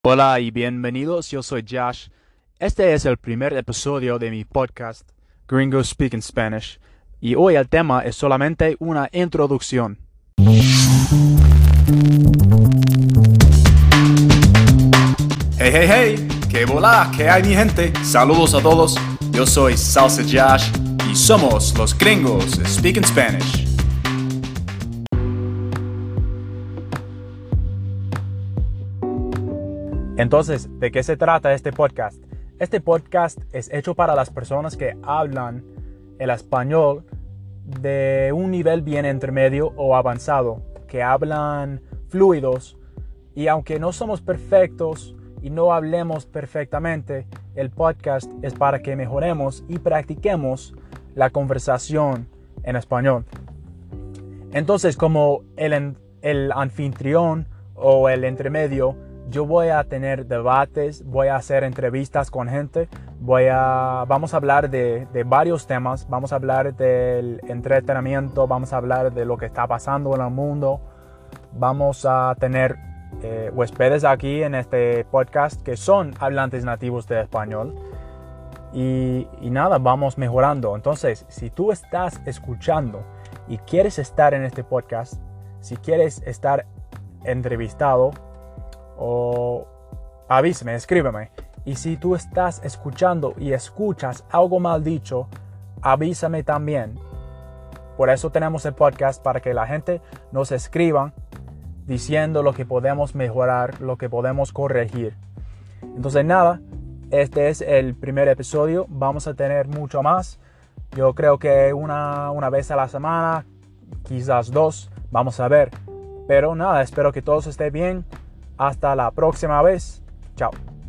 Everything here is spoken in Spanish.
Hola y bienvenidos, yo soy Josh. Este es el primer episodio de mi podcast, Gringos Speak in Spanish, y hoy el tema es solamente una introducción. Hey, ¿qué bola? ¿Qué hay mi gente? Saludos a todos, yo soy Salsa Josh y somos los Gringos Speak in Spanish. Entonces, ¿de qué se trata este podcast? Este podcast es hecho para las personas que hablan el español de un nivel bien intermedio o avanzado, que hablan fluidos, y aunque no somos perfectos y no hablemos perfectamente, el podcast es para que mejoremos y practiquemos la conversación en español. Entonces, como el anfitrión o el intermedio, yo voy a tener debates, voy a hacer entrevistas con gente, vamos a hablar de varios temas, vamos a hablar del entretenimiento, vamos a hablar de lo que está pasando en el mundo, vamos a tener huéspedes aquí en este podcast que son hablantes nativos de español y nada, vamos mejorando. Entonces, si tú estás escuchando y quieres estar en este podcast, si quieres estar entrevistado, o avísame, escríbeme. Y si tú estás escuchando y escuchas algo mal dicho, avísame también. Por eso tenemos el podcast, para que la gente nos escriba diciendo lo que podemos mejorar, lo que podemos corregir. Entonces nada, este es el primer episodio. Vamos a tener mucho más. Yo creo que una vez a la semana, quizás dos, vamos a ver. Pero nada, espero que todos estén bien. Hasta la próxima vez. Chao.